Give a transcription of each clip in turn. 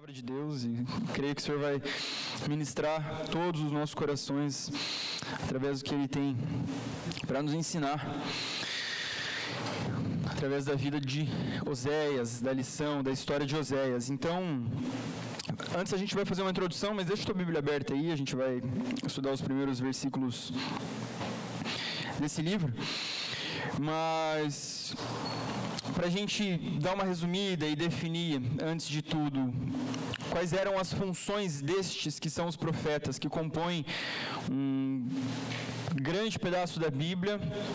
palavra de Deus e creio que o Senhor vai ministrar todos os nossos corações através do que Ele tem para nos ensinar, através da vida de Oséias, da lição, da história de Oséias. Então, antes a gente vai fazer uma introdução, mas deixa a tua Bíblia aberta aí, a gente vai estudar os primeiros versículos desse livro, mas para a gente dar uma resumida e definir, antes de tudo, quais eram as funções destes que são os profetas, que compõem um grande pedaço da Bíblia,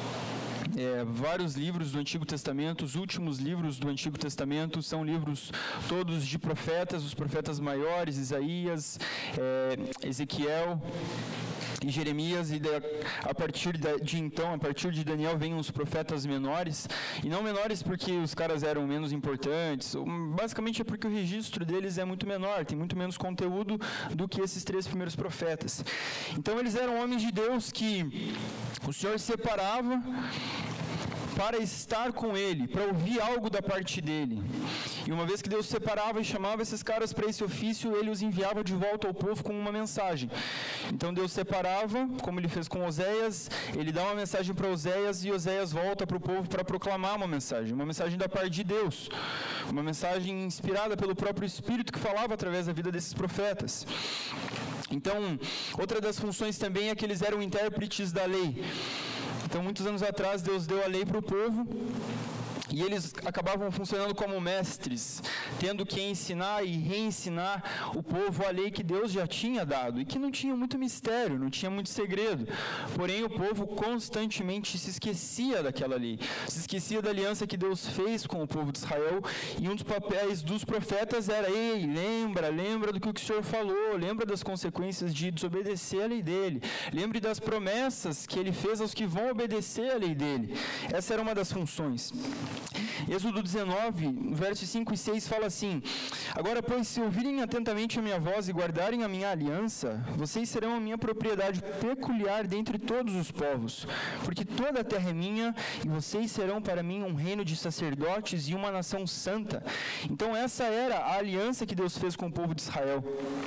vários livros do Antigo Testamento. Os últimos livros do Antigo Testamento são livros todos de profetas, os profetas maiores, Isaías, Ezequiel e Jeremias, e a partir de Daniel vêm os profetas menores, e não menores porque os caras eram menos importantes, basicamente é porque o registro deles é muito menor, tem muito menos conteúdo do que esses 3 primeiros profetas. Então eles eram homens de Deus que o Senhor separava para estar com Ele, para ouvir algo da parte dEle. E uma vez que Deus separava e chamava esses caras para esse ofício, Ele os enviava de volta ao povo com uma mensagem. Então Deus separava, como Ele fez com Oséias, Ele dá uma mensagem para Oséias e Oséias volta para o povo para proclamar uma mensagem da parte de Deus, uma mensagem inspirada pelo próprio Espírito que falava através da vida desses profetas. Então, outra das funções também é que eles eram intérpretes da lei. Então, muitos anos atrás, Deus deu a lei para o povo e eles acabavam funcionando como mestres, tendo que ensinar e reensinar o povo a lei que Deus já tinha dado e que não tinha muito mistério, não tinha muito segredo. Porém, o povo constantemente se esquecia daquela lei, se esquecia da aliança que Deus fez com o povo de Israel, e um dos papéis dos profetas era: ei, lembra do que o Senhor falou, lembra das consequências de desobedecer a lei dele, lembre das promessas que ele fez aos que vão obedecer a lei dele. Essa era uma das funções. Êxodo 19, versos 5 e 6 fala assim: agora, pois, se ouvirem atentamente a minha voz e guardarem a minha aliança, vocês serão a minha propriedade peculiar dentre todos os povos, porque toda a terra é minha, e vocês serão para mim um reino de sacerdotes e uma nação santa. Então essa era a aliança que Deus fez com o povo de Israel.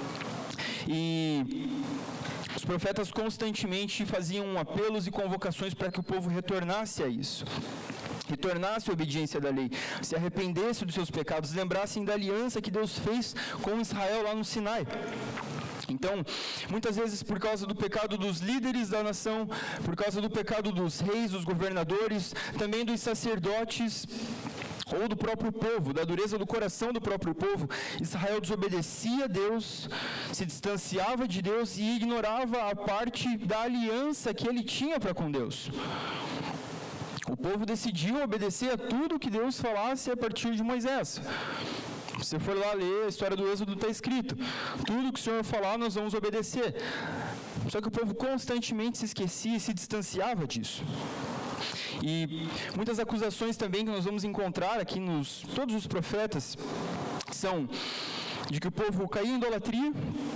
E os profetas constantemente faziam apelos e convocações para que o povo retornasse a isso, retornasse à obediência da lei, se arrependesse dos seus pecados, lembrassem da aliança que Deus fez com Israel lá no Sinai. Então, muitas vezes por causa do pecado dos líderes da nação, por causa do pecado dos reis, dos governadores, também dos sacerdotes, ou do próprio povo, da dureza do coração do próprio povo, Israel desobedecia a Deus, se distanciava de Deus e ignorava a parte da aliança que ele tinha para com Deus. O povo decidiu obedecer a tudo que Deus falasse a partir de Moisés. Se você for lá ler a história do Êxodo, está escrito: tudo que o Senhor falar, nós vamos obedecer. Só que o povo constantemente se esquecia e se distanciava disso. E muitas acusações também que nós vamos encontrar aqui nos todos os profetas são de que o povo caía em idolatria,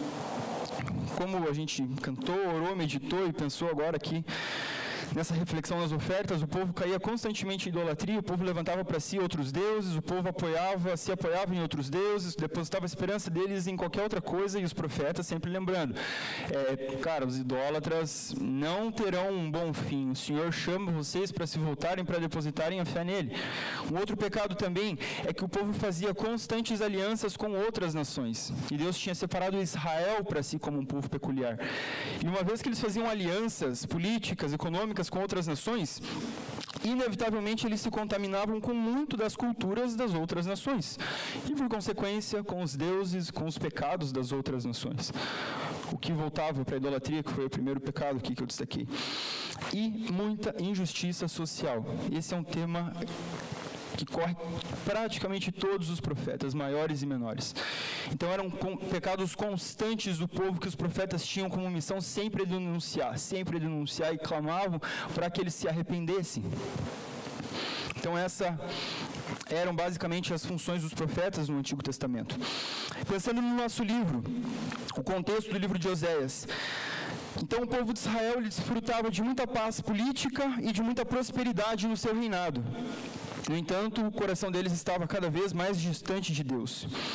como a gente cantou, orou, meditou e pensou agora aqui nessa reflexão nas ofertas. O povo caía constantemente em idolatria, o povo levantava para si outros deuses, o povo se apoiava em outros deuses, depositava a esperança deles em qualquer outra coisa, e os profetas sempre lembrando: cara, os idólatras não terão um bom fim, o Senhor chama vocês para se voltarem, para depositarem a fé nele. Um outro pecado também é que o povo fazia constantes alianças com outras nações, e Deus tinha separado Israel para si como um povo peculiar. E uma vez que eles faziam alianças políticas, econômicas com outras nações, inevitavelmente eles se contaminavam com muito das culturas das outras nações e, por consequência, com os deuses, com os pecados das outras nações. O que voltava para a idolatria, que foi o primeiro pecado aqui que eu destaquei. E muita injustiça social. Esse é um tema que corre praticamente todos os profetas, maiores e menores. Então eram pecados constantes do povo que os profetas tinham como missão sempre denunciar e clamavam para que eles se arrependessem. Então essa eram basicamente as funções dos profetas no Antigo Testamento. Pensando no nosso livro, o contexto do livro de Oséias. Então o povo de Israel ele desfrutava de muita paz política e de muita prosperidade no seu reinado. No entanto, o coração deles estava cada vez mais distante de Deus.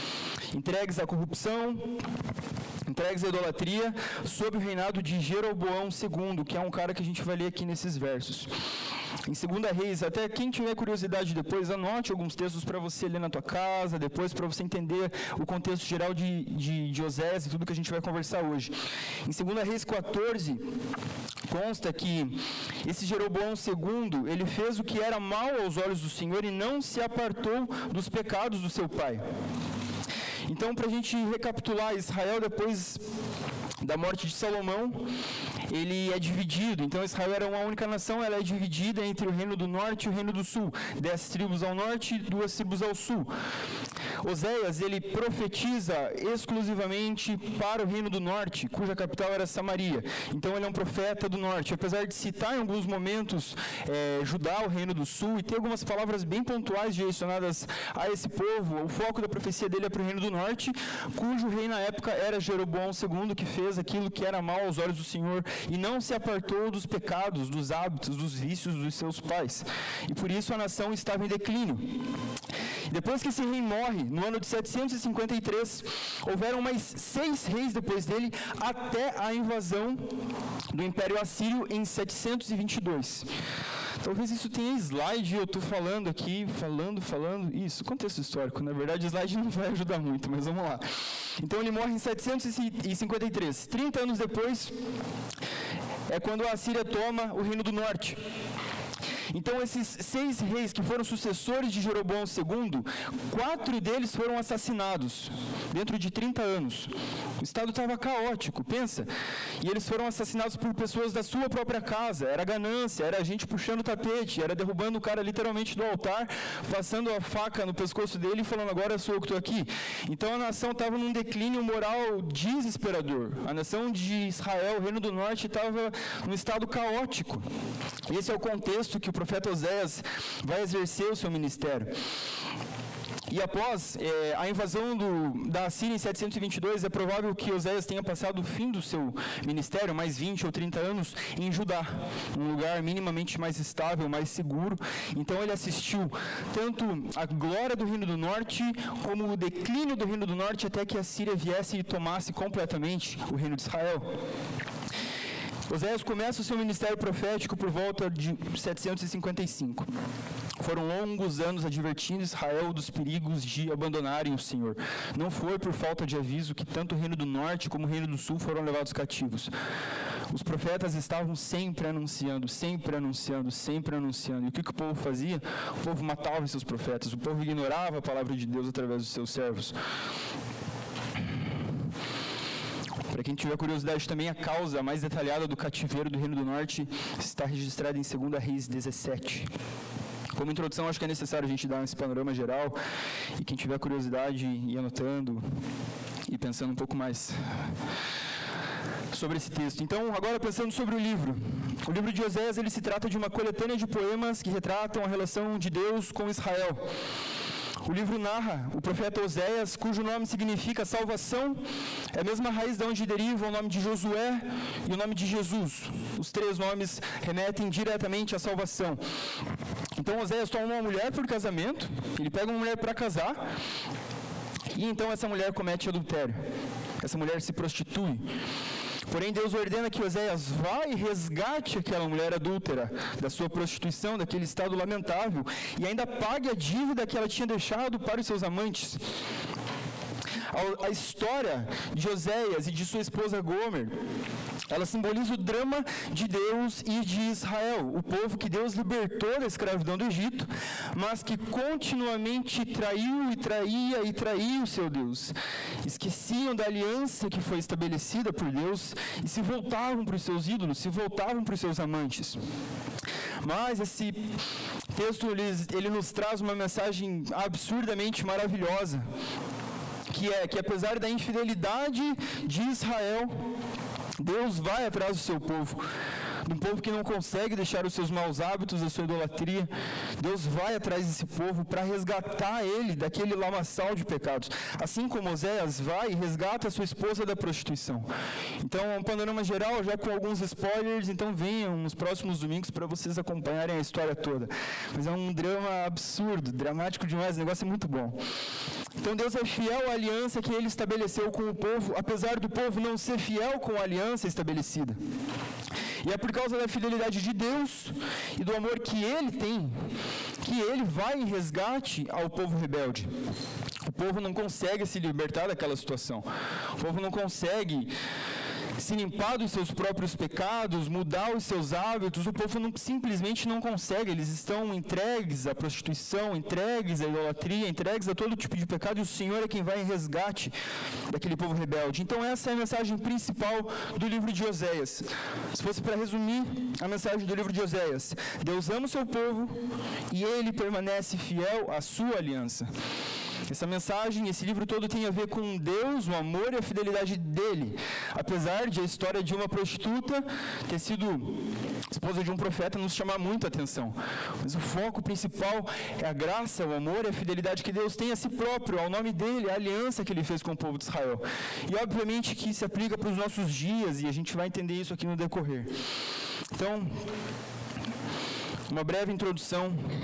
entregues à corrupção, entregues à idolatria, sob o reinado de Jeroboão II, que é um cara que a gente vai ler aqui nesses versos. Em 2 Reis, até quem tiver curiosidade depois, anote alguns textos para você ler na tua casa, depois para você entender o contexto geral de Oséias e tudo que a gente vai conversar hoje. Em 2 Reis 14, consta que esse Jeroboão II, ele fez o que era mal aos olhos do Senhor e não se apartou dos pecados do seu pai. Então, para a gente recapitular, Israel, depois da morte de Salomão, ele é dividido. Então, Israel era uma única nação, ela é dividida entre o reino do norte e o reino do sul. 10 tribos ao norte e 2 tribos ao sul. Oséias, ele profetiza exclusivamente para o reino do norte, cuja capital era Samaria. Então, ele é um profeta do norte. Apesar de citar em alguns momentos Judá, o reino do sul, e ter algumas palavras bem pontuais direcionadas a esse povo, o foco da profecia dele é para o reino do norte, cujo rei na época era Jeroboão II, que fez aquilo que era mal aos olhos do Senhor e não se apartou dos pecados, dos hábitos, dos vícios dos seus pais. E por isso a nação estava em declínio. Depois que esse rei morre, no ano de 753, houveram mais 6 reis depois dele, até a invasão do Império Assírio em 722. Talvez isso tenha slide, eu estou falando aqui, falando, isso, contexto histórico, na verdade slide não vai ajudar muito, mas vamos lá. Então ele morre em 753, 30 anos depois é quando a Assíria toma o reino do norte. Então, esses 6 reis que foram sucessores de Jeroboão II, 4 deles foram assassinados dentro de 30 anos. O estado estava caótico, pensa. E eles foram assassinados por pessoas da sua própria casa. Era ganância, era gente puxando o tapete, era derrubando o cara literalmente do altar, passando a faca no pescoço dele e falando, agora sou eu que estou aqui. Então, a nação estava num declínio moral desesperador. A nação de Israel, o reino do norte, estava num estado caótico. Esse é o contexto que o profeta Oséias vai exercer o seu ministério. E após a invasão da Assíria em 722, é provável que Oséias tenha passado o fim do seu ministério, mais 20 ou 30 anos, em Judá, um lugar minimamente mais estável, mais seguro. Então ele assistiu tanto a glória do reino do norte, como o declínio do reino do norte, até que a Síria viesse e tomasse completamente o reino de Israel. Oséias começa o seu ministério profético por volta de 755. Foram longos anos advertindo Israel dos perigos de abandonarem o Senhor. Não foi por falta de aviso que tanto o reino do norte como o reino do sul foram levados cativos. Os profetas estavam sempre anunciando, sempre anunciando, sempre anunciando. E o que o povo fazia? O povo matava seus profetas, o povo ignorava a palavra de Deus através dos seus servos. Para quem tiver curiosidade também, a causa mais detalhada do cativeiro do Reino do Norte está registrada em 2 Reis 17. Como introdução, acho que é necessário a gente dar esse panorama geral, e quem tiver curiosidade, ir anotando e pensando um pouco mais sobre esse texto. Então, agora pensando sobre o livro de Oséias, ele se trata de uma coletânea de poemas que retratam a relação de Deus com Israel. O livro narra o profeta Oséias, cujo nome significa salvação, é a mesma raiz de onde deriva o nome de Josué e o nome de Jesus. Os 3 nomes remetem diretamente à salvação. Então Oséias toma uma mulher por casamento, ele pega uma mulher para casar, e então essa mulher comete adultério. Essa mulher se prostitui. Porém, Deus ordena que Oséias vá e resgate aquela mulher adúltera da sua prostituição, daquele estado lamentável, e ainda pague a dívida que ela tinha deixado para os seus amantes. A história de Oséias e de sua esposa Gomer, ela simboliza o drama de Deus e de Israel, o povo que Deus libertou da escravidão do Egito, mas que continuamente traiu e traía e traía o seu Deus. Esqueciam da aliança que foi estabelecida por Deus e se voltavam para os seus ídolos, se voltavam para os seus amantes. Mas esse texto ele nos traz uma mensagem absurdamente maravilhosa, que apesar da infidelidade de Israel, Deus vai atrás do seu povo, de um povo que não consegue deixar os seus maus hábitos, a sua idolatria. Deus vai atrás desse povo para resgatar ele daquele lamaçal de pecados. Assim como Oséias vai e resgata a sua esposa da prostituição. Então, um panorama geral, já com alguns spoilers, então venham nos próximos domingos para vocês acompanharem a história toda. Mas é um drama absurdo, dramático demais, o negócio é muito bom. Então Deus é fiel à aliança que Ele estabeleceu com o povo, apesar do povo não ser fiel com a aliança estabelecida. E é por causa da fidelidade de Deus e do amor que Ele tem, que Ele vai em resgate ao povo rebelde. O povo não consegue se libertar daquela situação. O povo não consegue se limpar dos seus próprios pecados, mudar os seus hábitos. O povo simplesmente não consegue. Eles estão entregues à prostituição, entregues à idolatria, entregues a todo tipo de pecado, e o Senhor é quem vai em resgate daquele povo rebelde. Então essa é a mensagem principal do livro de Oséias. Se fosse para resumir a mensagem do livro de Oséias: Deus ama o seu povo e Ele permanece fiel à sua aliança. Essa mensagem, esse livro todo tem a ver com Deus, o amor e a fidelidade dele. Apesar de a história de uma prostituta ter sido esposa de um profeta nos chamar muito a atenção. Mas o foco principal é a graça, o amor e a fidelidade que Deus tem a si próprio, ao nome dele, a aliança que ele fez com o povo de Israel. E obviamente que se aplica para os nossos dias, e a gente vai entender isso aqui no decorrer. Então, uma breve introdução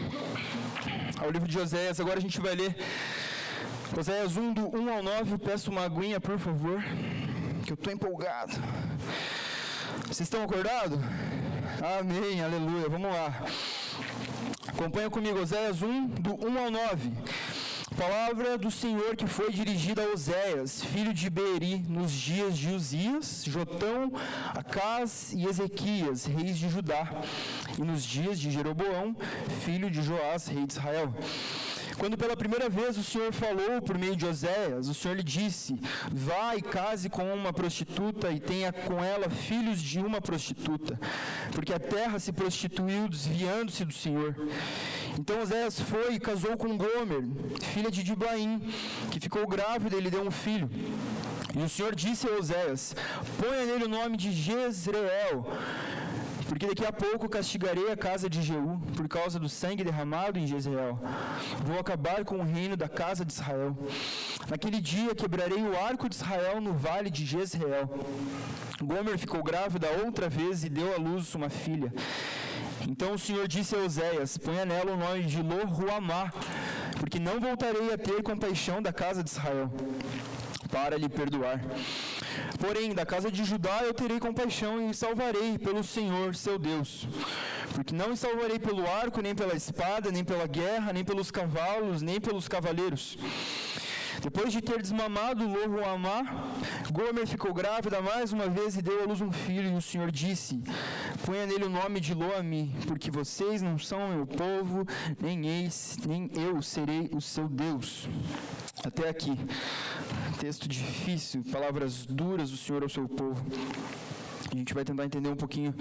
ao livro de Oséias. Agora a gente vai ler Oséias 1, do 1 ao 9. Peço uma aguinha, por favor, que eu estou empolgado. Vocês estão acordados? Amém, aleluia. Vamos lá. Acompanha comigo, Oséias 1, do 1 ao 9. Palavra do Senhor que foi dirigida a Oséias, filho de Beeri, nos dias de Uzias, Jotão, Acaz e Ezequias, reis de Judá, e nos dias de Jeroboão, filho de Joás, rei de Israel. Quando pela primeira vez o Senhor falou por meio de Oséias, o Senhor lhe disse: vá e case com uma prostituta e tenha com ela filhos de uma prostituta, porque a terra se prostituiu desviando-se do Senhor. Então Oséias foi e casou com Gomer, filha de Diblaim, que ficou grávida e lhe deu um filho. E o Senhor disse a Oséias: ponha nele o nome de Jezreel, porque daqui a pouco castigarei a casa de Jeú por causa do sangue derramado em Jezreel. Vou acabar com o reino da casa de Israel. Naquele dia quebrarei o arco de Israel no vale de Jezreel. Gomer ficou grávida outra vez e deu à luz uma filha. Então o Senhor disse a Oséias: ponha nela o nome de Lo-Ruamá, porque não voltarei a ter compaixão da casa de Israel, para lhe perdoar. Porém, da casa de Judá eu terei compaixão e salvarei pelo Senhor, seu Deus. Porque não salvarei pelo arco, nem pela espada, nem pela guerra, nem pelos cavalos, nem pelos cavaleiros. Depois de ter desmamado Lo-Ruamá, Gomer ficou grávida mais uma vez e deu à luz um filho, e o Senhor disse: ponha nele o nome de Lo-Ami, porque vocês não são meu povo, nem eu serei o seu Deus. Até aqui. Texto difícil, palavras duras do Senhor ao seu povo. A gente vai tentar entender um pouquinho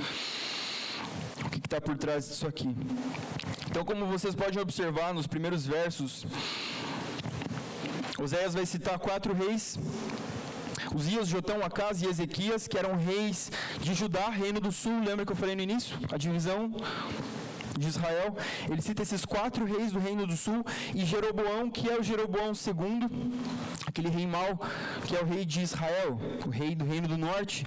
o que está por trás disso aqui. Então, como vocês podem observar nos primeiros versos, Oséias vai citar 4 reis: Uzias, Jotão, Acaz e Ezequias, que eram reis de Judá, reino do sul. Lembra que eu falei no início? A divisão de Israel. Ele cita esses 4 reis do reino do sul, e Jeroboão, que é o Jeroboão II, aquele rei mau, que é o rei de Israel, o rei do reino do norte,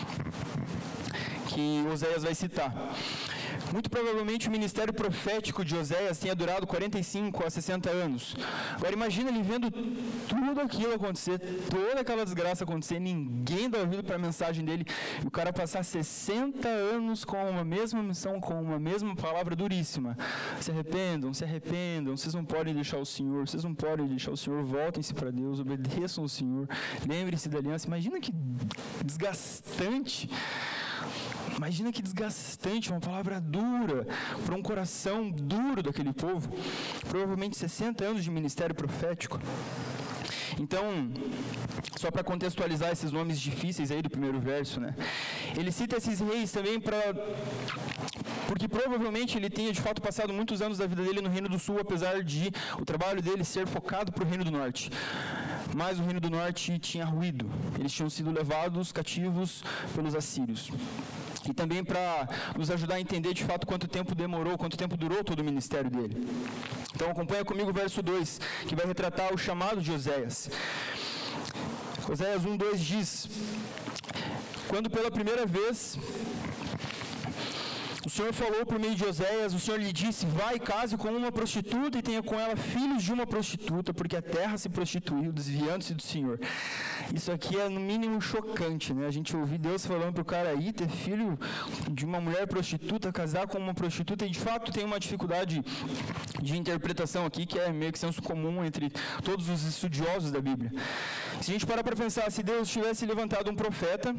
que Oséias vai citar. Muito provavelmente o ministério profético de Oséias tenha durado 45 a 60 anos. Agora imagina ele vendo tudo aquilo acontecer, toda aquela desgraça acontecer, ninguém dá ouvido para a mensagem dele, e o cara passar 60 anos com uma mesma missão, com uma mesma palavra duríssima. Se arrependam, vocês não podem deixar o Senhor, voltem-se para Deus, obedeçam ao Senhor, lembrem-se da aliança. Imagina que desgastante. Imagina que desgastante, uma palavra dura, para um coração duro daquele povo. Provavelmente 60 anos de ministério profético. Então, só para contextualizar esses nomes difíceis aí do primeiro verso, né? Ele cita esses reis também porque provavelmente ele tenha de fato passado muitos anos da vida dele no Reino do Sul, apesar de o trabalho dele ser focado para o Reino do Norte. Mas o Reino do Norte tinha ruído. Eles tinham sido levados cativos pelos assírios. E também para nos ajudar a entender de fato quanto tempo durou todo o ministério dele. Então acompanha comigo o verso 2, que vai retratar o chamado de Oséias. Oséias 1:2 diz: quando pela primeira vez O Senhor falou por meio de Oséias, o Senhor lhe disse, vai, case com uma prostituta e tenha com ela filhos de uma prostituta, porque a terra se prostituiu, desviando-se do Senhor. Isso aqui é no mínimo chocante, né? A gente ouvir Deus falando para o cara aí, ter filho de uma mulher prostituta, casar com uma prostituta, e de fato tem uma dificuldade de interpretação aqui, que é meio que senso comum entre todos os estudiosos da Bíblia. Se a gente parar para pensar, se Deus tivesse levantado um profeta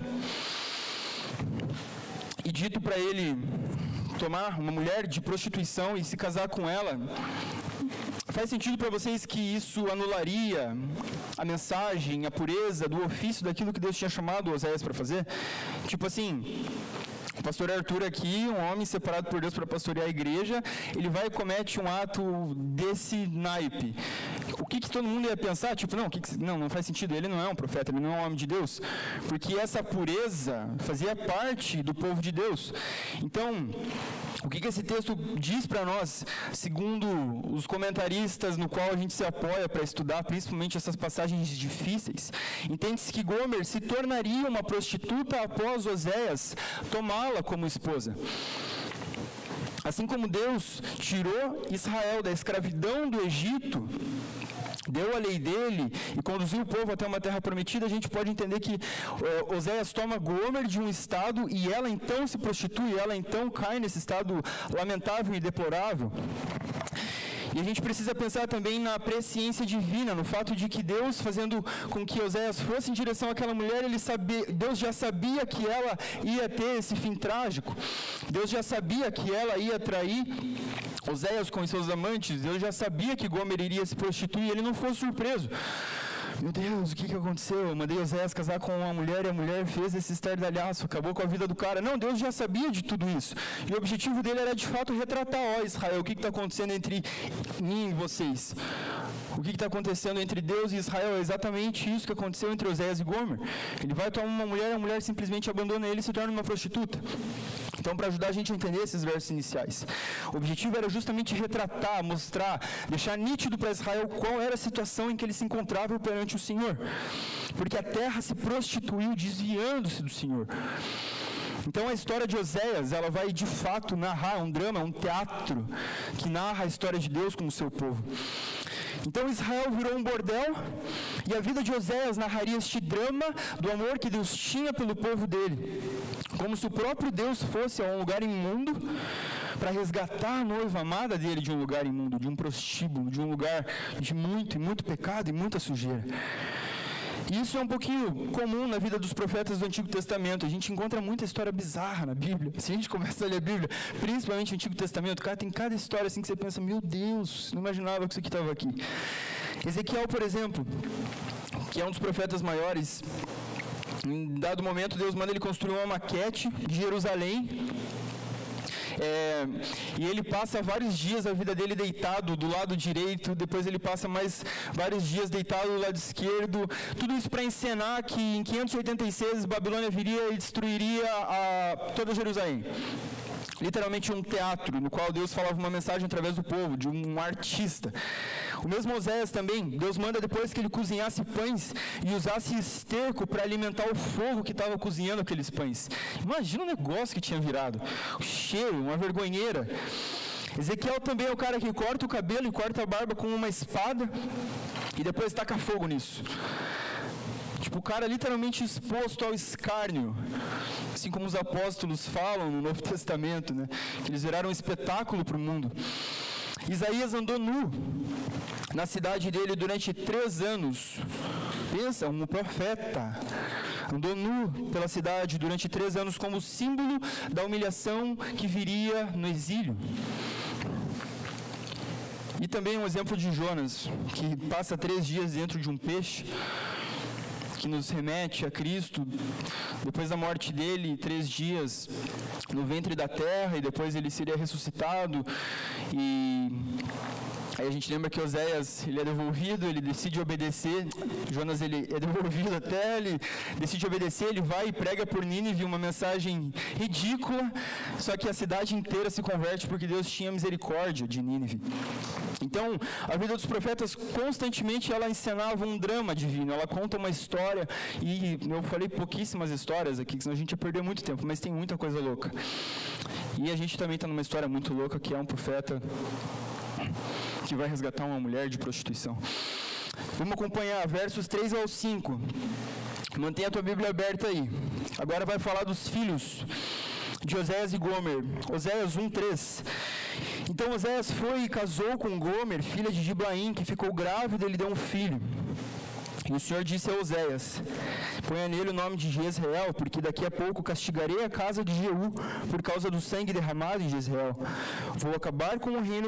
e dito para ele tomar uma mulher de prostituição e se casar com ela, faz sentido para vocês que isso anularia a mensagem, a pureza do ofício daquilo que Deus tinha chamado Oséias para fazer? Tipo assim, o pastor Arthur aqui, um homem separado por Deus para pastorear a igreja, ele vai e comete um ato desse naipe. O que todo mundo ia pensar? Tipo, não faz sentido, ele não é um profeta, ele não é um homem de Deus. Porque essa pureza fazia parte do povo de Deus. Então, o que esse texto diz para nós, segundo os comentaristas no qual a gente se apoia para estudar, principalmente essas passagens difíceis? Entende-se que Gomer se tornaria uma prostituta após Oséias tomá-la como esposa. Assim como Deus tirou Israel da escravidão do Egito, deu a lei dele e conduziu o povo até uma terra prometida, a gente pode entender que Oséias toma Gomer de um estado e ela então se prostitui, ela então cai nesse estado lamentável e deplorável. E a gente precisa pensar também na presciência divina, no fato de que Deus, fazendo com que Oséias fosse em direção àquela mulher, Deus já sabia que ela ia ter esse fim trágico. Deus já sabia que ela ia trair Oséias com os seus amantes. Deus já sabia que Gomer iria se prostituir, ele não foi surpreso. Meu Deus, o que aconteceu? Eu mandei Oséias casar com uma mulher e a mulher fez esse estardalhaço, acabou com a vida do cara. Não, Deus já sabia de tudo isso. E o objetivo dele era de fato retratar, Israel, o que está acontecendo entre mim e vocês? O que está acontecendo entre Deus e Israel? É exatamente isso que aconteceu entre Oséias e Gomer. Ele vai tomar uma mulher e a mulher simplesmente abandona ele e se torna uma prostituta. Então, para ajudar a gente a entender esses versos iniciais, o objetivo era justamente retratar, mostrar, deixar nítido para Israel qual era a situação em que ele se encontrava perante o Senhor. Porque a terra se prostituiu, desviando-se do Senhor. Então a história de Oséias, ela vai de fato narrar um drama, um teatro, que narra a história de Deus com o seu povo. Então Israel virou um bordel, e a vida de Oséias narraria este drama do amor que Deus tinha pelo povo dele. Como se o próprio Deus fosse a um lugar imundo, para resgatar a noiva amada dele de um lugar imundo, de um prostíbulo, de um lugar de muito pecado e muita sujeira. Isso é um pouquinho comum na vida dos profetas do Antigo Testamento. A gente encontra muita história bizarra na Bíblia. Se a gente começa a ler a Bíblia, principalmente o Antigo Testamento, cara, tem cada história assim que você pensa, meu Deus, não imaginava que isso aqui estava aqui. Ezequiel, por exemplo, que é um dos profetas maiores, em dado momento Deus manda ele construir uma maquete de Jerusalém. E ele passa vários dias a vida dele deitado do lado direito, depois ele passa mais vários dias deitado do lado esquerdo, tudo isso para encenar que em 586 Babilônia viria e destruiria toda Jerusalém. Literalmente um teatro, no qual Deus falava uma mensagem através do povo, de um artista. O mesmo Oséias também, Deus manda depois que ele cozinhasse pães e usasse esterco para alimentar o fogo que estava cozinhando aqueles pães. Imagina o negócio que tinha virado. O cheiro, uma vergonheira. Ezequiel também é o cara que corta o cabelo e corta a barba com uma espada e depois taca fogo nisso. Tipo, o cara literalmente exposto ao escárnio, assim como os apóstolos falam no Novo Testamento, né? Que eles viraram um espetáculo para o mundo. Isaías andou nu na cidade dele durante 3 anos. Pensa, um profeta andou nu pela cidade durante 3 anos como símbolo da humilhação que viria no exílio. E também um exemplo de Jonas, que passa 3 dias dentro de um peixe, que nos remete a Cristo, depois da morte dele, 3 dias no ventre da terra, e depois ele seria ressuscitado, e Aí a gente lembra que Oséias, ele é devolvido, ele decide obedecer, Jonas, ele é devolvido até, ele decide obedecer, ele vai e prega por Nínive uma mensagem ridícula, só que a cidade inteira se converte porque Deus tinha misericórdia de Nínive. Então, a vida dos profetas, constantemente, ela encenava um drama divino, ela conta uma história, e eu falei pouquíssimas histórias aqui, senão a gente ia perder muito tempo, mas tem muita coisa louca. E a gente também está numa história muito louca, que é um profeta que vai resgatar uma mulher de prostituição. Vamos acompanhar versos 3 ao 5. Mantenha a tua Bíblia aberta aí. Agora vai falar dos filhos de Oséias e Gomer. Oséias 1:3. Então Oséias foi e casou com Gomer, filha de Diblaim, que ficou grávida e lhe deu um filho. E o Senhor disse a Oséias: ponha nele o nome de Jezreel, porque daqui a pouco castigarei a casa de Jeú por causa do sangue derramado em Jezreel. Vou acabar com o reino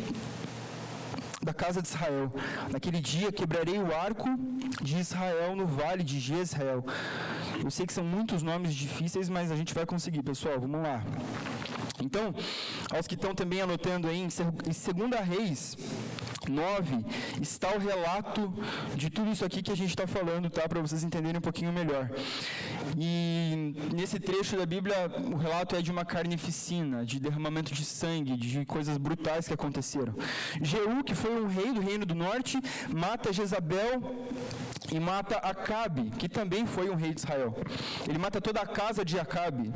da casa de Israel. Naquele dia quebrarei o arco de Israel no vale de Jezreel. Eu sei que são muitos nomes difíceis, mas a gente vai conseguir, pessoal. Vamos lá. Então, aos que estão também anotando aí, em 2 Reis 9, está o relato de tudo isso aqui que a gente está falando, tá? Para vocês entenderem um pouquinho melhor. E nesse trecho da Bíblia, o relato é de uma carnificina, de derramamento de sangue, de coisas brutais que aconteceram. Jeú, que foi um rei do reino do norte, mata Jezabel e mata Acabe, que também foi um rei de Israel. Ele mata toda a casa de Acabe,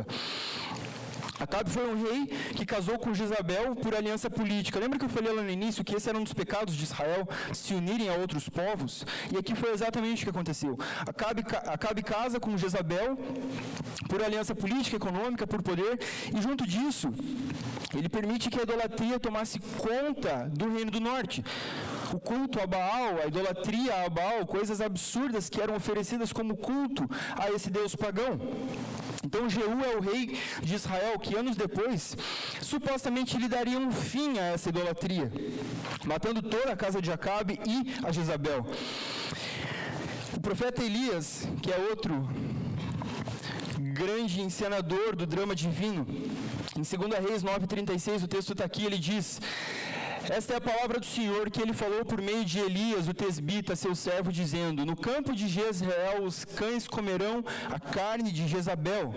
Acabe foi um rei que casou com Jezabel por aliança política. Lembra que eu falei lá no início que esse era um dos pecados de Israel, se unirem a outros povos? E aqui foi exatamente o que aconteceu. Acabe casa com Jezabel por aliança política, econômica, por poder, e junto disso, ele permite que a idolatria tomasse conta do reino do norte. O culto a Baal, a idolatria a Baal, coisas absurdas que eram oferecidas como culto a esse Deus pagão. Então Jeú é o rei de Israel que anos depois, supostamente lhe daria um fim a essa idolatria, matando toda a casa de Acabe e a Jezabel. O profeta Elias, que é outro grande encenador do drama divino, em 2 Reis 9:36, o texto está aqui, ele diz: esta é a palavra do Senhor que ele falou por meio de Elias, o tesbita, seu servo, dizendo: no campo de Jezreel os cães comerão a carne de Jezabel.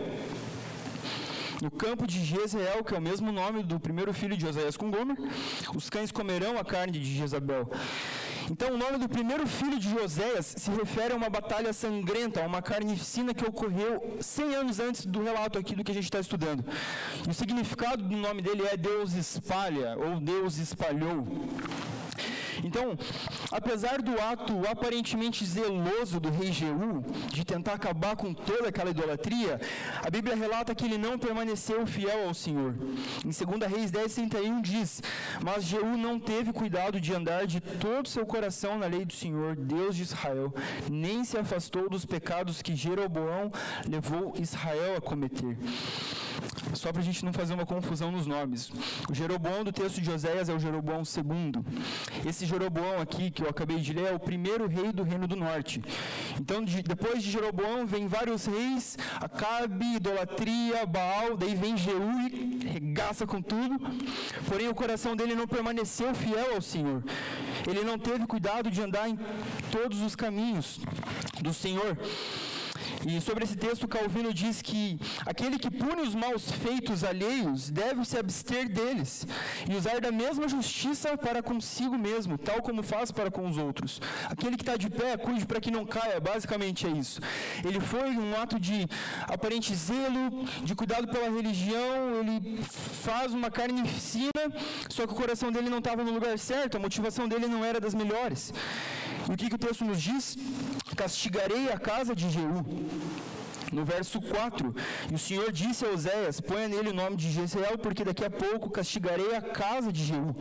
No campo de Jezreel, que é o mesmo nome do primeiro filho de Oséias com Gomer, os cães comerão a carne de Jezabel. Então, o nome do primeiro filho de Oséias se refere a uma batalha sangrenta, a uma carnificina que ocorreu 100 anos antes do relato aqui do que a gente está estudando. E o significado do nome dele é Deus espalha, ou Deus espalhou. Então, apesar do ato aparentemente zeloso do rei Jeú, de tentar acabar com toda aquela idolatria, a Bíblia relata que ele não permaneceu fiel ao Senhor. Em 2 Reis 10:31 diz: mas Jeú não teve cuidado de andar de todo o seu coração na lei do Senhor, Deus de Israel, nem se afastou dos pecados que Jeroboão levou Israel a cometer. Só para a gente não fazer uma confusão nos nomes. O Jeroboão do texto de Oséias é o Jeroboão II. Esse Jeroboão aqui, que eu acabei de ler, é o primeiro rei do reino do norte. Então, depois de Jeroboão, vem vários reis, Acabe, idolatria, Baal, daí vem Jeú e regaça com tudo. Porém, o coração dele não permaneceu fiel ao Senhor. Ele não teve cuidado de andar em todos os caminhos do Senhor. E sobre esse texto, Calvino diz que aquele que pune os maus feitos alheios deve se abster deles e usar da mesma justiça para consigo mesmo, tal como faz para com os outros. Aquele que está de pé, cuide para que não caia, basicamente é isso. Ele foi um ato de aparente zelo, de cuidado pela religião, ele faz uma carnificina, só que o coração dele não estava no lugar certo, a motivação dele não era das melhores. E o que o texto nos diz? Castigarei a casa de Jeú. No verso 4, e o Senhor disse a Oséias: ponha nele o nome de Jezreel, porque daqui a pouco castigarei a casa de Jeú.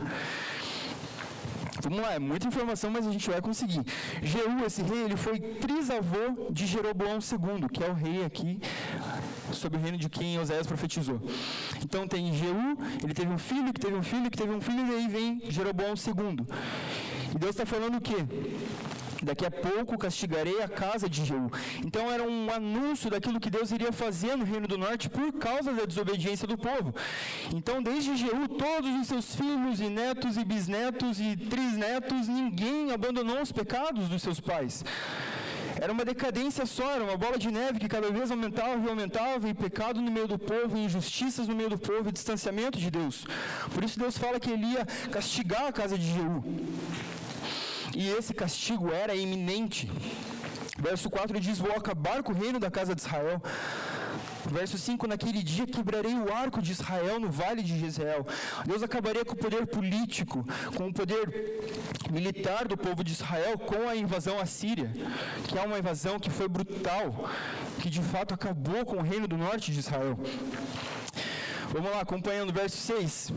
Vamos lá, é muita informação, mas a gente vai conseguir. Jeú, esse rei, ele foi trisavô de Jeroboão II, que é o rei aqui, sob o reino de quem Oséias profetizou. Então tem Jeú, ele teve um filho, que teve um filho, que teve um filho, e aí vem Jeroboão II. E Deus está falando o quê? Daqui a pouco castigarei a casa de Jeú. Então era um anúncio daquilo que Deus iria fazer no Reino do Norte por causa da desobediência do povo. Então desde Jeú, todos os seus filhos e netos e bisnetos e trisnetos, ninguém abandonou os pecados dos seus pais. Era uma decadência só, era uma bola de neve que cada vez aumentava e aumentava, e pecado no meio do povo, e injustiças no meio do povo, e distanciamento de Deus. Por isso Deus fala que ele ia castigar a casa de Jeú. E esse castigo era iminente. Verso 4 diz: vou acabar com o reino da casa de Israel. Verso 5, naquele dia quebrarei o arco de Israel no vale de Jezreel. Deus acabaria com o poder político, com o poder militar do povo de Israel com a invasão assíria, que é uma invasão que foi brutal, que de fato acabou com o reino do norte de Israel. Vamos lá, acompanhando o verso 6.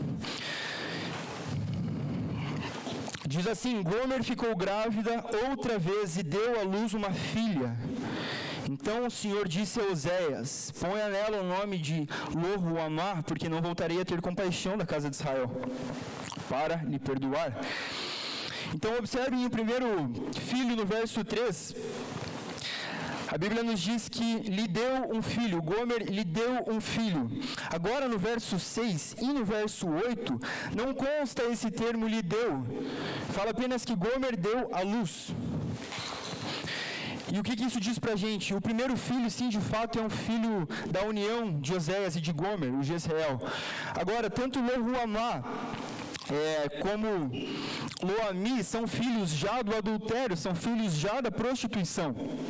Diz assim: Gomer ficou grávida outra vez e deu à luz uma filha. Então o Senhor disse a Oséias: ponha nela o nome de Lo-ruamá, porque não voltarei a ter compaixão da casa de Israel, para lhe perdoar. Então observem o primeiro filho no verso 3. A Bíblia nos diz que lhe deu um filho, Gomer lhe deu um filho. Agora no verso 6 e no verso 8, não consta esse termo lhe deu. Fala apenas que Gomer deu à luz. E o que isso diz para a gente? O primeiro filho, sim, de fato, é um filho da união de Oséias e de Gomer, o Jezreel. Agora, tanto Lo-ruamá como Lo-ami são filhos já do adultério, são filhos já da prostituição.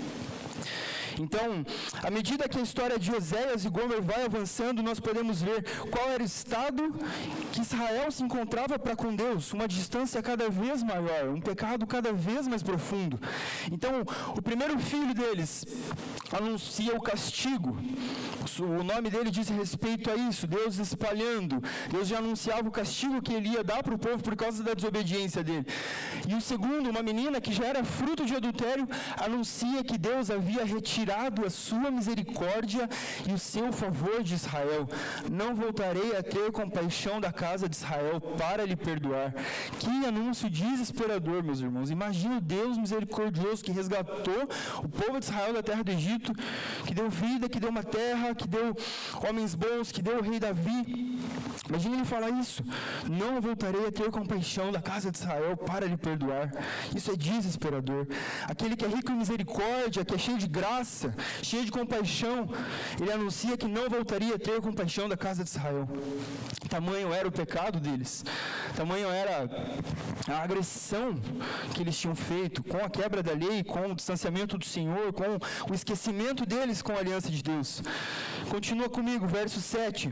Então, à medida que a história de Oséias e Gomer vai avançando, nós podemos ver qual era o estado que Israel se encontrava para com Deus, uma distância cada vez maior, um pecado cada vez mais profundo. Então, o primeiro filho deles anuncia o castigo. O nome dele diz respeito a isso, Deus espalhando. Deus já anunciava o castigo que ele ia dar para o povo por causa da desobediência dele. E o segundo, uma menina que já era fruto de adultério, anuncia que Deus havia retirado a sua misericórdia e o seu favor de Israel. Não voltarei a ter compaixão da casa de Israel para lhe perdoar. Que anúncio desesperador, meus irmãos. Imagina o Deus misericordioso que resgatou o povo de Israel da terra do Egito, que deu vida, que deu uma terra, que deu homens bons, que deu o rei Davi. Imagina ele falar isso. Não voltarei a ter compaixão da casa de Israel para lhe perdoar. Isso é desesperador. Aquele que é rico em misericórdia, que é cheio de graça, cheio de compaixão, ele anuncia que não voltaria a ter compaixão da casa de Israel. Tamanho era o pecado deles, tamanho era a agressão que eles tinham feito com a quebra da lei, com o distanciamento do Senhor, com o esquecimento deles com a aliança de Deus. Continua comigo, verso 7.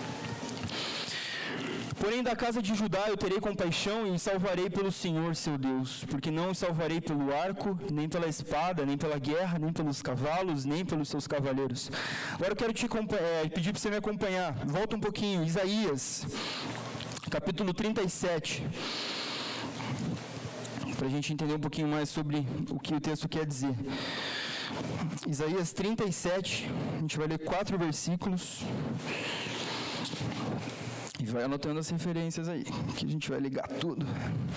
Porém, da casa de Judá eu terei compaixão e os salvarei pelo Senhor, seu Deus, porque não os salvarei pelo arco, nem pela espada, nem pela guerra, nem pelos cavalos, nem pelos seus cavaleiros. Agora eu quero te pedir para você me acompanhar. Volta um pouquinho, Isaías, capítulo 37, para a gente entender um pouquinho mais sobre o que o texto quer dizer. Isaías 37, a gente vai ler 4 versículos. E vai anotando as referências aí, que a gente vai ligar tudo.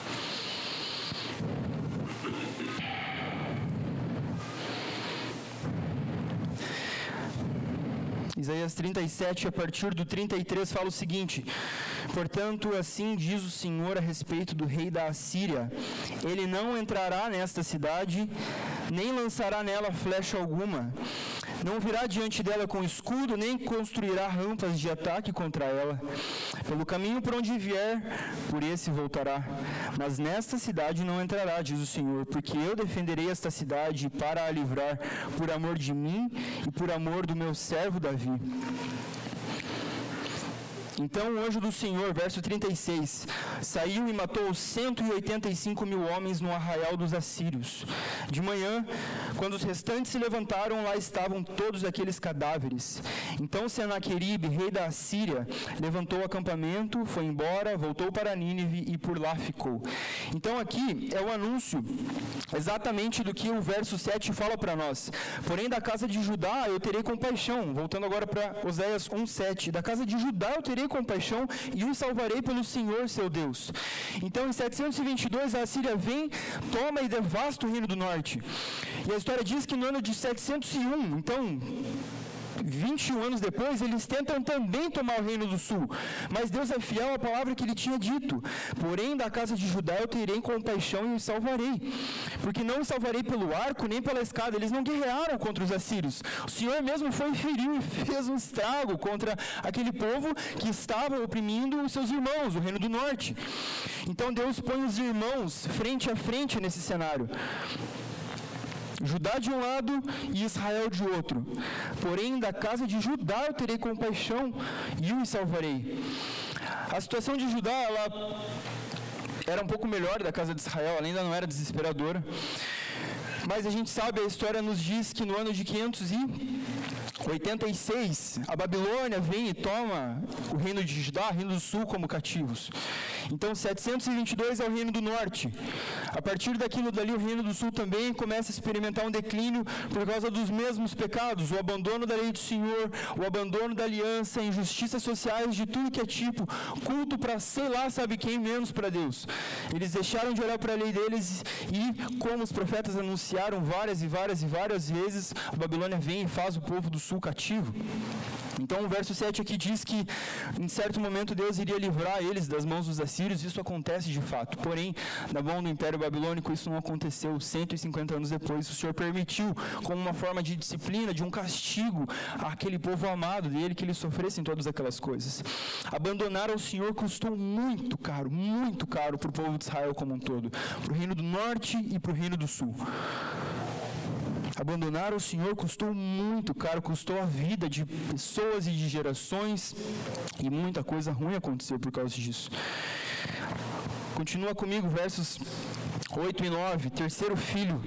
Isaías 37, a partir do 33, fala o seguinte: portanto, assim diz o Senhor a respeito do rei da Assíria: ele não entrará nesta cidade, nem lançará nela flecha alguma. Não virá diante dela com escudo, nem construirá rampas de ataque contra ela. Pelo caminho por onde vier, por esse voltará. Mas nesta cidade não entrará, diz o Senhor, porque eu defenderei esta cidade para a livrar, por amor de mim e por amor do meu servo Davi. Então o anjo do Senhor, verso 36, saiu e matou 185.000 homens no arraial dos assírios. De manhã, Quando os restantes se levantaram, lá estavam todos aqueles cadáveres. Então Senaqueribe, rei da Assíria, levantou o acampamento, foi embora, voltou para Nínive e por lá ficou. Então aqui é o anúncio exatamente do que o verso 7 fala para nós. Porém, da casa de Judá eu terei compaixão. Voltando agora para Oséias 1:7. Da casa de Judá eu terei compaixão e o salvarei pelo Senhor seu Deus. Então, em 722, a Assíria vem, toma e devasta o reino do norte. E a história diz que no ano de 701, então 21 anos depois, eles tentam também tomar o reino do sul, mas Deus é fiel à palavra que ele tinha dito. Porém, da casa de Judá eu terei compaixão e os salvarei, porque não os salvarei pelo arco nem pela escada. Eles não guerrearam contra os assírios. O Senhor mesmo foi e feriu e fez um estrago contra aquele povo que estava oprimindo os seus irmãos, o reino do norte. Então Deus põe os irmãos frente a frente nesse cenário. Judá de um lado e Israel de outro. Porém, da casa de Judá eu terei compaixão e os salvarei. A situação de Judá, ela era um pouco melhor da casa de Israel, ela ainda não era desesperadora. Mas a gente sabe, a história nos diz que no ano de 586, a Babilônia vem e toma o reino de Judá, o reino do sul, como cativos. Então, 722 é o reino do norte. A partir daquilo dali, o reino do sul também começa a experimentar um declínio por causa dos mesmos pecados, o abandono da lei do Senhor, o abandono da aliança, injustiças sociais de tudo que é tipo, culto para sei lá, sabe quem, menos para Deus. Eles deixaram de olhar para a lei deles e, como os profetas anunciaram várias vezes, a Babilônia vem e faz o povo do sul cativo. Então o verso 7 aqui diz que em certo momento Deus iria livrar eles das mãos dos assírios. Isso acontece de fato, porém na mão do Império Babilônico isso não aconteceu. 150 anos depois o Senhor permitiu, como uma forma de disciplina, de um castigo àquele povo amado dele, que eles sofressem todas aquelas coisas. Abandonar ao Senhor custou muito caro para o povo de Israel como um todo, para o reino do norte e para o reino do sul. Abandonar o Senhor custou muito caro, custou a vida de pessoas e de gerações, e muita coisa ruim aconteceu por causa disso. Continua comigo, versos 8 e 9. Terceiro filho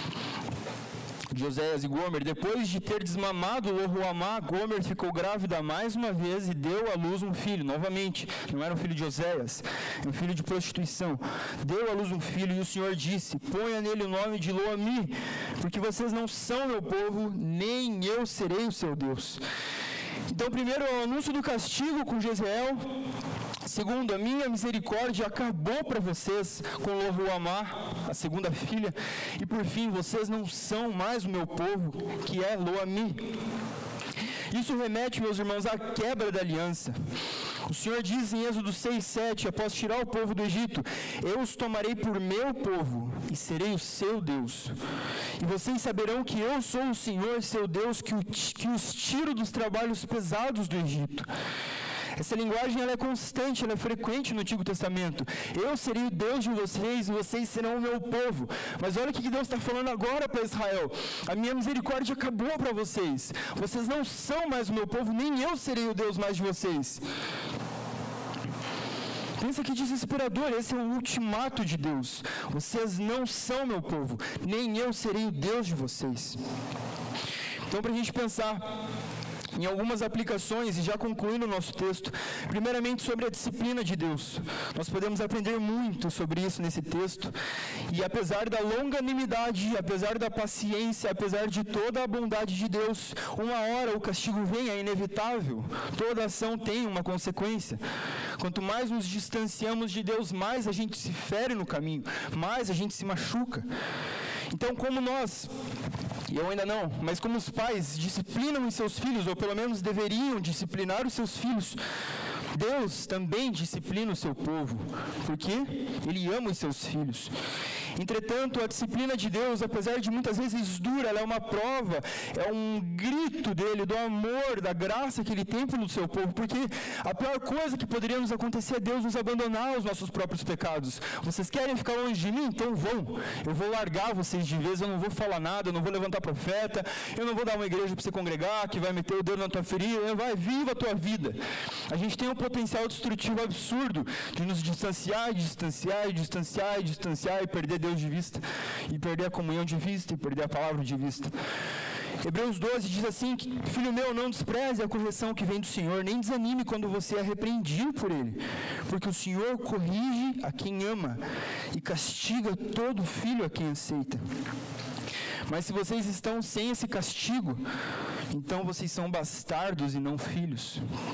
de Oséias e Gomer. Depois de ter desmamado Lo-ruamá, Gomer ficou grávida mais uma vez e deu à luz um filho. Novamente, não era um filho de Oséias, é um filho de prostituição. Deu à luz um filho e o Senhor disse: ponha nele o nome de Lo-ammi, porque vocês não são meu povo, nem eu serei o seu Deus. Então, primeiro, o anúncio do castigo com Jezreel. Segundo, a minha misericórdia acabou para vocês com Lo-ruamá, a segunda filha. E por fim, vocês não são mais o meu povo, que é Lo-ammi. Isso remete, meus irmãos, à quebra da aliança. O Senhor diz em Êxodo 6:7, após tirar o povo do Egito: eu os tomarei por meu povo e serei o seu Deus. E vocês saberão que eu sou o Senhor, seu Deus, que os tiro dos trabalhos pesados do Egito. Essa linguagem ela é constante, ela é frequente no Antigo Testamento. Eu serei o Deus de vocês e vocês serão o meu povo. Mas olha o que Deus está falando agora para Israel. A minha misericórdia acabou para vocês. Vocês não são mais o meu povo, nem eu serei o Deus mais de vocês. Pensa que desesperador, esse é o ultimato de Deus. Vocês não são meu povo, nem eu serei o Deus de vocês. Então, para a gente pensar em algumas aplicações, e já concluindo o nosso texto, primeiramente sobre a disciplina de Deus. Nós podemos aprender muito sobre isso nesse texto, e apesar da longanimidade, apesar da paciência, apesar de toda a bondade de Deus, uma hora o castigo vem, é inevitável. Toda ação tem uma consequência. Quanto mais nos distanciamos de Deus, mais a gente se fere no caminho, mais a gente se machuca. Então, como nós, e eu ainda não, mas como os pais disciplinam os seus filhos, ou pelo menos deveriam disciplinar os seus filhos, Deus também disciplina o seu povo, porque Ele ama os seus filhos. Entretanto, a disciplina de Deus, apesar de muitas vezes dura, ela é uma prova, é um grito dele, do amor, da graça que Ele tem pelo seu povo, porque a pior coisa que poderia nos acontecer é Deus nos abandonar aos nossos próprios pecados. Vocês querem ficar longe de mim? Então vão. Eu vou largar vocês de vez, eu não vou falar nada, eu não vou levantar profeta, eu não vou dar uma igreja para você congregar, que vai meter o dedo na tua ferida, vai, viva a tua vida. A gente tem um potencial destrutivo absurdo de nos distanciar e perder Deus de vista, e perder a comunhão de vista, e perder a palavra de vista. Hebreus 12 diz assim, que, filho meu, não despreze a correção que vem do Senhor, nem desanime quando você é repreendido por Ele, porque o Senhor corrige a quem ama e castiga todo filho a quem aceita. Mas se vocês estão sem esse castigo, então vocês são bastardos e não filhos.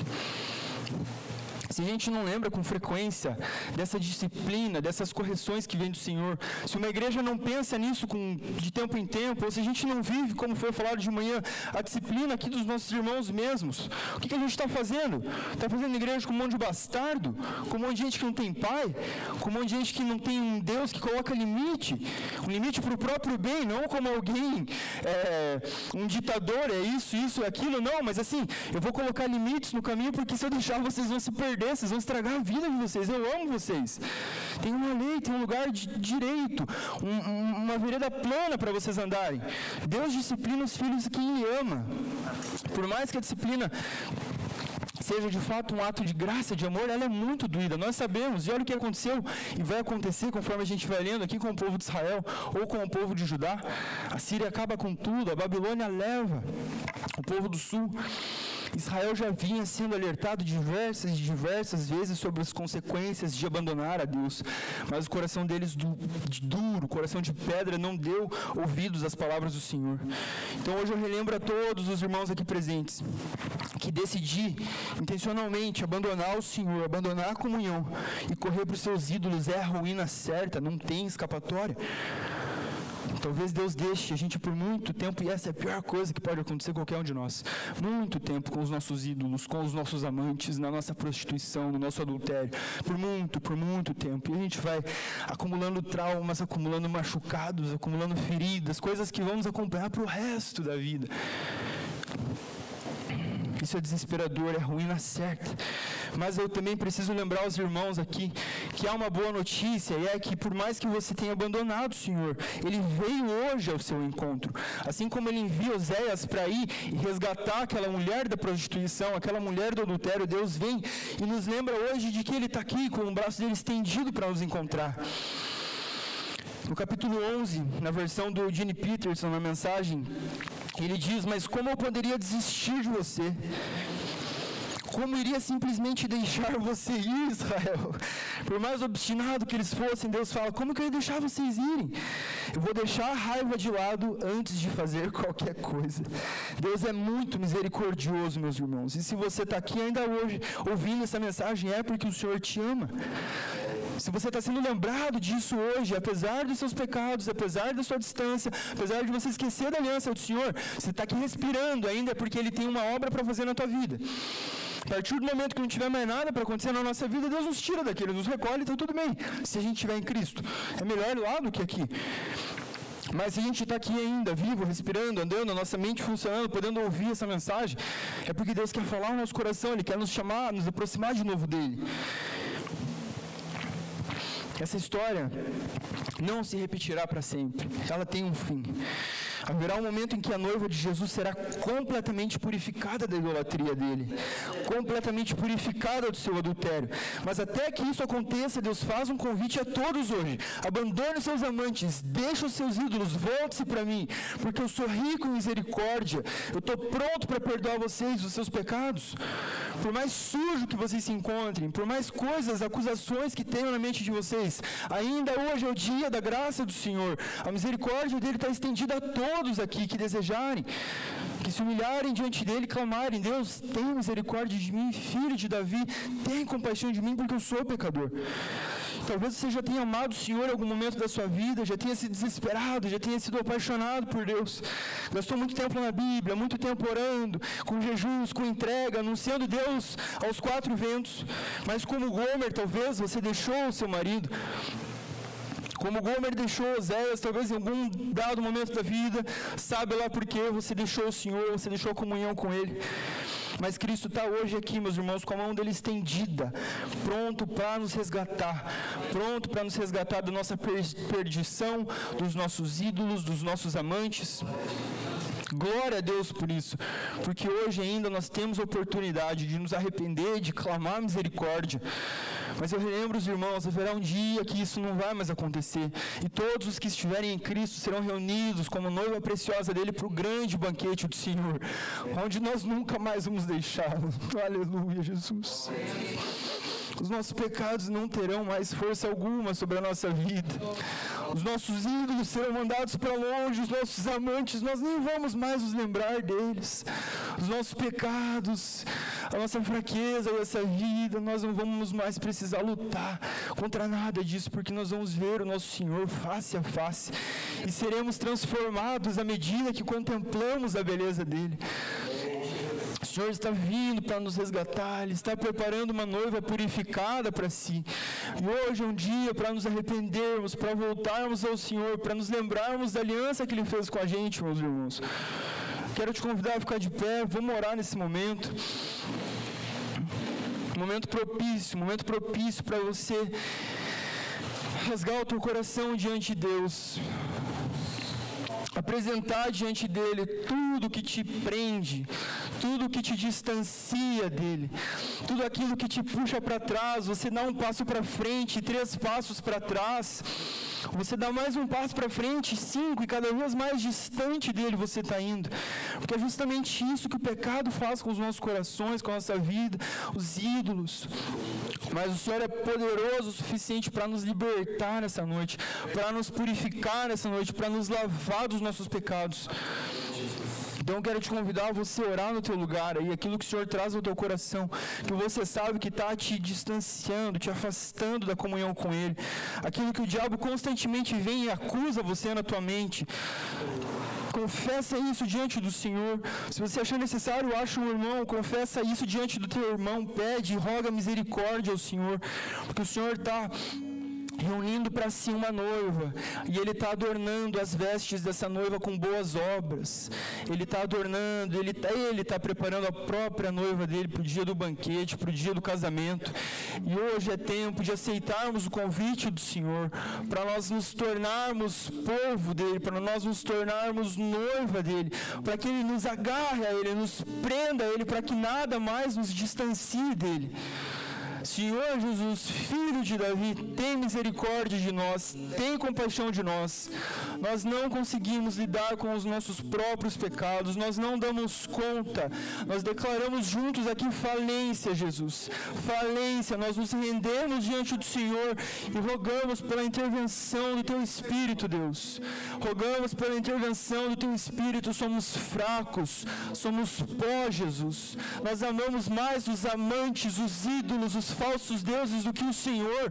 Se a gente não lembra com frequência dessa disciplina, dessas correções que vêm do Senhor, se uma igreja não pensa nisso de tempo em tempo, ou se a gente não vive, como foi falado de manhã, a disciplina aqui dos nossos irmãos mesmos, o que a gente está fazendo? Está fazendo igreja com um monte de bastardo? Com um monte de gente que não tem pai? Com um monte de gente que não tem um Deus que coloca limite? Um limite para o próprio bem, não como alguém, um ditador, é isso, aquilo, não, mas assim, eu vou colocar limites no caminho, porque se eu deixar vocês vão se perder, vocês vão estragar a vida de vocês, eu amo vocês. Tem uma lei, tem um lugar de direito, uma vereda plana para vocês andarem. Deus disciplina os filhos de quem Ele ama. Por mais que a disciplina seja de fato um ato de graça, de amor, ela é muito doída, nós sabemos, e olha o que aconteceu e vai acontecer conforme a gente vai lendo aqui com o povo de Israel ou com o povo de Judá. A Síria acaba com tudo, a Babilônia leva o povo do sul. Israel já vinha sendo alertado diversas vezes sobre as consequências de abandonar a Deus, mas o coração deles duro, o coração de pedra, não deu ouvidos às palavras do Senhor. Então hoje eu relembro a todos os irmãos aqui presentes que decidir intencionalmente abandonar o Senhor, abandonar a comunhão e correr para os seus ídolos é a ruína certa, não tem escapatória. Talvez Deus deixe a gente por muito tempo, e essa é a pior coisa que pode acontecer com qualquer um de nós, muito tempo com os nossos ídolos, com os nossos amantes, na nossa prostituição, no nosso adultério, por muito tempo, e a gente vai acumulando traumas, acumulando machucados, acumulando feridas, coisas que vão nos acompanhar para o resto da vida. Isso é desesperador, é ruína certa. Mas eu também preciso lembrar os irmãos aqui que há uma boa notícia, e é que por mais que você tenha abandonado o Senhor, Ele veio hoje ao seu encontro. Assim como Ele envia Oséias para ir e resgatar aquela mulher da prostituição, aquela mulher do adultério, Deus vem e nos lembra hoje de que Ele está aqui com o braço dele estendido para nos encontrar. No capítulo 11, na versão do Gene Peterson, na mensagem, ele diz, mas como eu poderia desistir de você? Como iria simplesmente deixar você ir, Israel? Por mais obstinado que eles fossem, Deus fala, como que eu ia deixar vocês irem? Eu vou deixar a raiva de lado antes de fazer qualquer coisa. Deus é muito misericordioso, meus irmãos. E se você está aqui ainda hoje, ouvindo essa mensagem, é porque o Senhor te ama. Se você está sendo lembrado disso hoje, apesar dos seus pecados, apesar da sua distância, apesar de você esquecer da aliança do Senhor, você está aqui respirando ainda, é porque Ele tem uma obra para fazer na tua vida. A partir do momento que não tiver mais nada para acontecer na nossa vida, Deus nos tira daqui, Ele nos recolhe, então tudo bem, se a gente estiver em Cristo. É melhor lá do que aqui. Mas se a gente está aqui ainda, vivo, respirando, andando, a nossa mente funcionando, podendo ouvir essa mensagem, é porque Deus quer falar no nosso coração, Ele quer nos chamar, nos aproximar de novo dEle. Essa história não se repetirá para sempre, ela tem um fim. Haverá um momento em que a noiva de Jesus será completamente purificada da idolatria dele, completamente purificada do seu adultério. Mas até que isso aconteça, Deus faz um convite a todos hoje: abandone os seus amantes, deixe os seus ídolos, volte-se para mim, porque eu sou rico em misericórdia, eu estou pronto para perdoar vocês os seus pecados. Por mais sujo que vocês se encontrem, por mais coisas, acusações que tenham na mente de vocês, ainda hoje é o dia da graça do Senhor. A misericórdia dele está estendida a todos aqui que desejarem, que se humilharem diante dele, clamarem: Deus, tem misericórdia de mim, filho de Davi, tem compaixão de mim, porque eu sou pecador. Talvez você já tenha amado o Senhor em algum momento da sua vida, já tenha se desesperado, já tenha sido apaixonado por Deus, gastou muito tempo na Bíblia, muito tempo orando, com jejuns, com entrega, anunciando Deus aos quatro ventos, mas como Gomer, talvez você deixou o seu marido, como Gomer deixou Oséias, talvez em algum dado momento da vida, sabe lá por quê, você deixou o Senhor, você deixou a comunhão com Ele. Mas Cristo está hoje aqui, meus irmãos, com a mão dele estendida, pronto para nos resgatar, pronto para nos resgatar da nossa perdição, dos nossos ídolos, dos nossos amantes. Glória a Deus por isso, porque hoje ainda nós temos a oportunidade de nos arrepender, de clamar misericórdia, Mas eu relembro os irmãos, haverá um dia que isso não vai mais acontecer. E todos os que estiverem em Cristo serão reunidos como noiva preciosa dele para o grande banquete do Senhor, onde nós nunca mais vamos deixá-lo. Aleluia, Jesus. Os nossos pecados não terão mais força alguma sobre a nossa vida. Os nossos ídolos serão mandados para longe, os nossos amantes, nós nem vamos mais nos lembrar deles. Os nossos pecados, a nossa fraqueza dessa vida, nós não vamos mais precisar lutar contra nada disso, porque nós vamos ver o nosso Senhor face a face e seremos transformados à medida que contemplamos a beleza dele. O Senhor está vindo para nos resgatar, Ele está preparando uma noiva purificada para si. E hoje é um dia para nos arrependermos, para voltarmos ao Senhor, para nos lembrarmos da aliança que Ele fez com a gente, meus irmãos. Quero te convidar a ficar de pé, vamos orar nesse momento. Momento propício para você rasgar o teu coração diante de Deus. Apresentar diante dele tudo que te prende, tudo que te distancia dele, tudo aquilo que te puxa para trás. Você dá um passo para frente, 3 passos para trás, você dá mais um passo para frente, 5, e cada vez mais distante dele você está indo, porque é justamente isso que o pecado faz com os nossos corações, com a nossa vida, os ídolos. Mas o Senhor é poderoso o suficiente para nos libertar nessa noite, para nos purificar nessa noite, para nos lavar dos nossos pecados. Então eu quero te convidar a você orar no teu lugar aí, aquilo que o Senhor traz ao teu coração, que você sabe que está te distanciando, te afastando da comunhão com Ele, aquilo que o diabo constantemente vem e acusa você na tua mente. Confessa isso diante do Senhor. Se você achar necessário, acha um irmão, confessa isso diante do teu irmão, pede, roga misericórdia ao Senhor, porque o Senhor está reunindo para si uma noiva, e Ele está adornando as vestes dessa noiva com boas obras. Ele está adornando, Ele está preparando a própria noiva dele para o dia do banquete, para o dia do casamento. E hoje é tempo de aceitarmos o convite do Senhor, para nós nos tornarmos povo dele, para nós nos tornarmos noiva dele, para que Ele nos agarre a Ele, nos prenda a Ele, para que nada mais nos distancie dele. Senhor Jesus, Filho de Davi, tem misericórdia de nós, tem compaixão de nós. Nós não conseguimos lidar com os nossos próprios pecados, nós não damos conta. Nós declaramos juntos aqui falência, Jesus, falência. Nós nos rendemos diante do Senhor e rogamos pela intervenção do Teu Espírito, Deus. Rogamos pela intervenção do Teu Espírito. Somos fracos, somos pó, Jesus. Nós amamos mais os amantes, os ídolos, os falsos deuses do que o Senhor.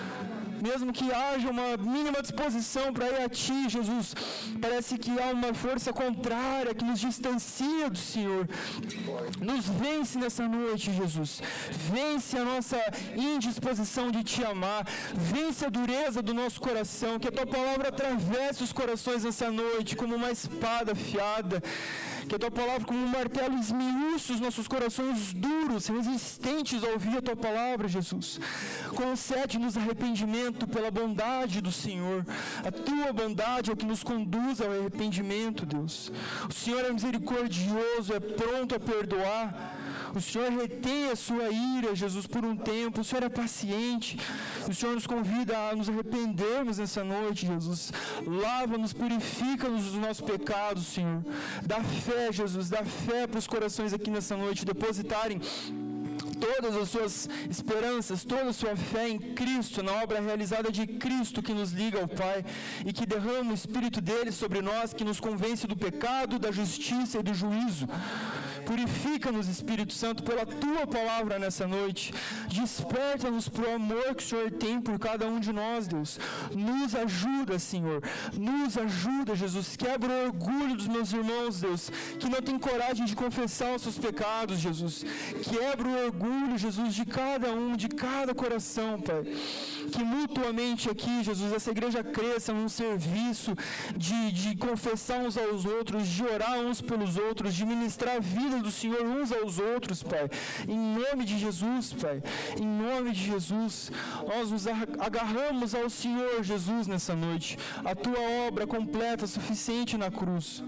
Mesmo que haja uma mínima disposição para ir a Ti, Jesus, parece que há uma força contrária que nos distancia do Senhor. Nos vence nessa noite, Jesus. Vence a nossa indisposição de Te amar. Vence a dureza do nosso coração. Que a Tua palavra atravesse os corações nessa noite como uma espada afiada. Que a Tua palavra, como um martelo, esmiúce os nossos corações duros, resistentes a ouvir a Tua palavra, Jesus. Concede-nos arrependimento pela bondade do Senhor. A Tua bondade é o que nos conduz ao arrependimento, Deus. O Senhor é misericordioso, é pronto a perdoar. O Senhor retém a Sua ira, Jesus, por um tempo. O Senhor é paciente. O Senhor nos convida a nos arrependermos nessa noite, Jesus. Lava-nos, purifica-nos dos nossos pecados, Senhor. Dá fé, Jesus, dá fé para os corações aqui nessa noite depositarem todas as suas esperanças, toda a sua fé em Cristo, na obra realizada de Cristo que nos liga ao Pai e que derrama o Espírito dele sobre nós, que nos convence do pecado, da justiça e do juízo. Purifica-nos, Espírito Santo, pela Tua palavra nessa noite. Desperta-nos para o amor que o Senhor tem por cada um de nós, Deus. Nos ajuda, Senhor. Nos ajuda, Jesus. Quebra o orgulho dos meus irmãos, Deus, que não tem coragem de confessar os seus pecados, Jesus. Quebra o orgulho, Jesus, de cada um, de cada coração, Pai. Que mutuamente aqui, Jesus, essa igreja cresça num serviço de confessar uns aos outros, de orar uns pelos outros, de ministrar a vida do Senhor uns aos outros, Pai. Em nome de Jesus, Pai. Em nome de Jesus, nós nos agarramos ao Senhor, Jesus, nessa noite. A Tua obra completa, suficiente na cruz.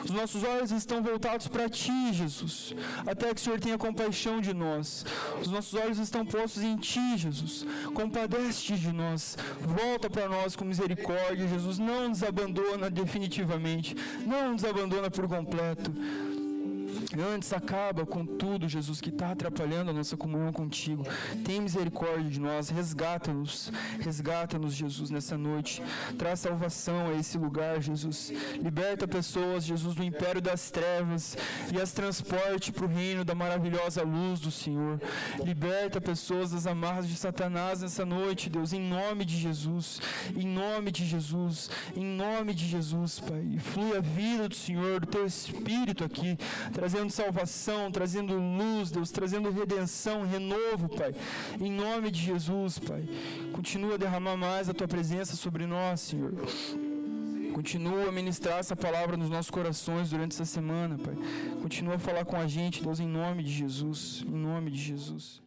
Os nossos olhos estão voltados para Ti, Jesus, até que o Senhor tenha compaixão de nós. Os nossos olhos estão postos em Ti, Jesus. Compadece-te de nós. Volta para nós com misericórdia, Jesus. Não nos abandona definitivamente. Não nos abandona por completo. Antes acaba com tudo, Jesus, que está atrapalhando a nossa comunhão contigo. Tem misericórdia de nós, resgata-nos, Jesus, nessa noite. Traz salvação a esse lugar, Jesus. Liberta pessoas, Jesus, do império das trevas e as transporte para o reino da maravilhosa luz do Senhor. Liberta pessoas das amarras de Satanás nessa noite, Deus, em nome de Jesus, em nome de Jesus, em nome de Jesus, Pai. E flui a vida do Senhor, do Teu Espírito aqui, trazendo salvação, trazendo luz, Deus, trazendo redenção, renovo, Pai, em nome de Jesus, Pai. Continua a derramar mais a Tua presença sobre nós, Senhor. Continua a ministrar essa palavra nos nossos corações durante essa semana, Pai. Continua a falar com a gente, Deus, em nome de Jesus, em nome de Jesus.